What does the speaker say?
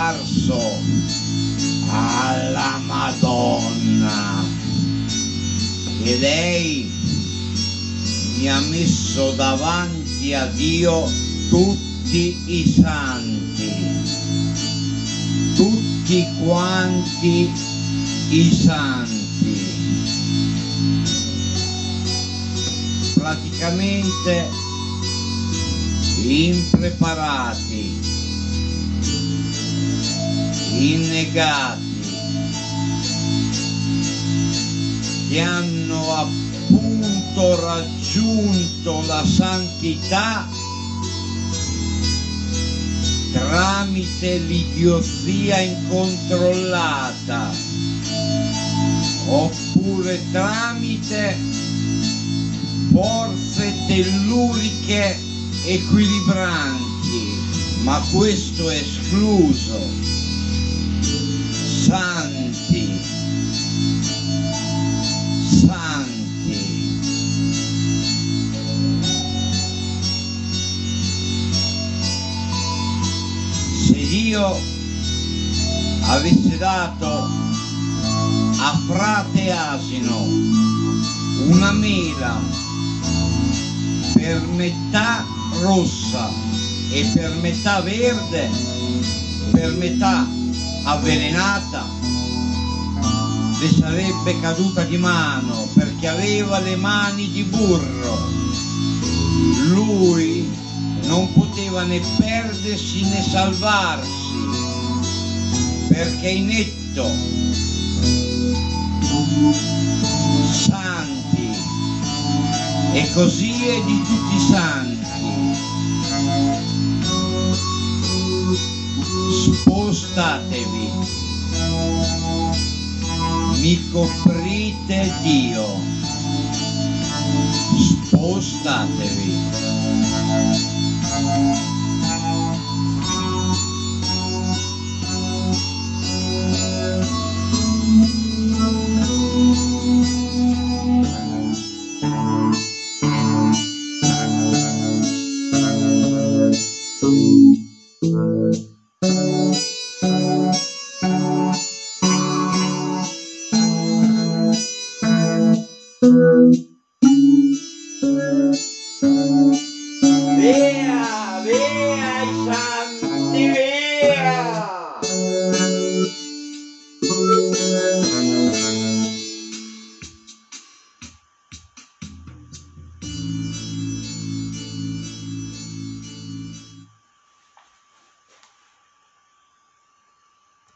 apparso alla Madonna e lei mi ha messo davanti a Dio tutti i santi, tutti quanti i santi, praticamente impreparati, innegati, che hanno appunto raggiunto la santità tramite l'idiozia incontrollata, oppure tramite forze telluriche equilibranti, ma questo è escluso. Santi, santi. Se Dio avesse dato a frate Asino una mela per metà rossa e per metà verde, per metà avvelenata, le sarebbe caduta di mano perché aveva le mani di burro. Lui non poteva né perdersi né salvarsi perché è inetto. Santi, e così è di tutti i santi. Spostatevi, mi coprite Dio, spostatevi.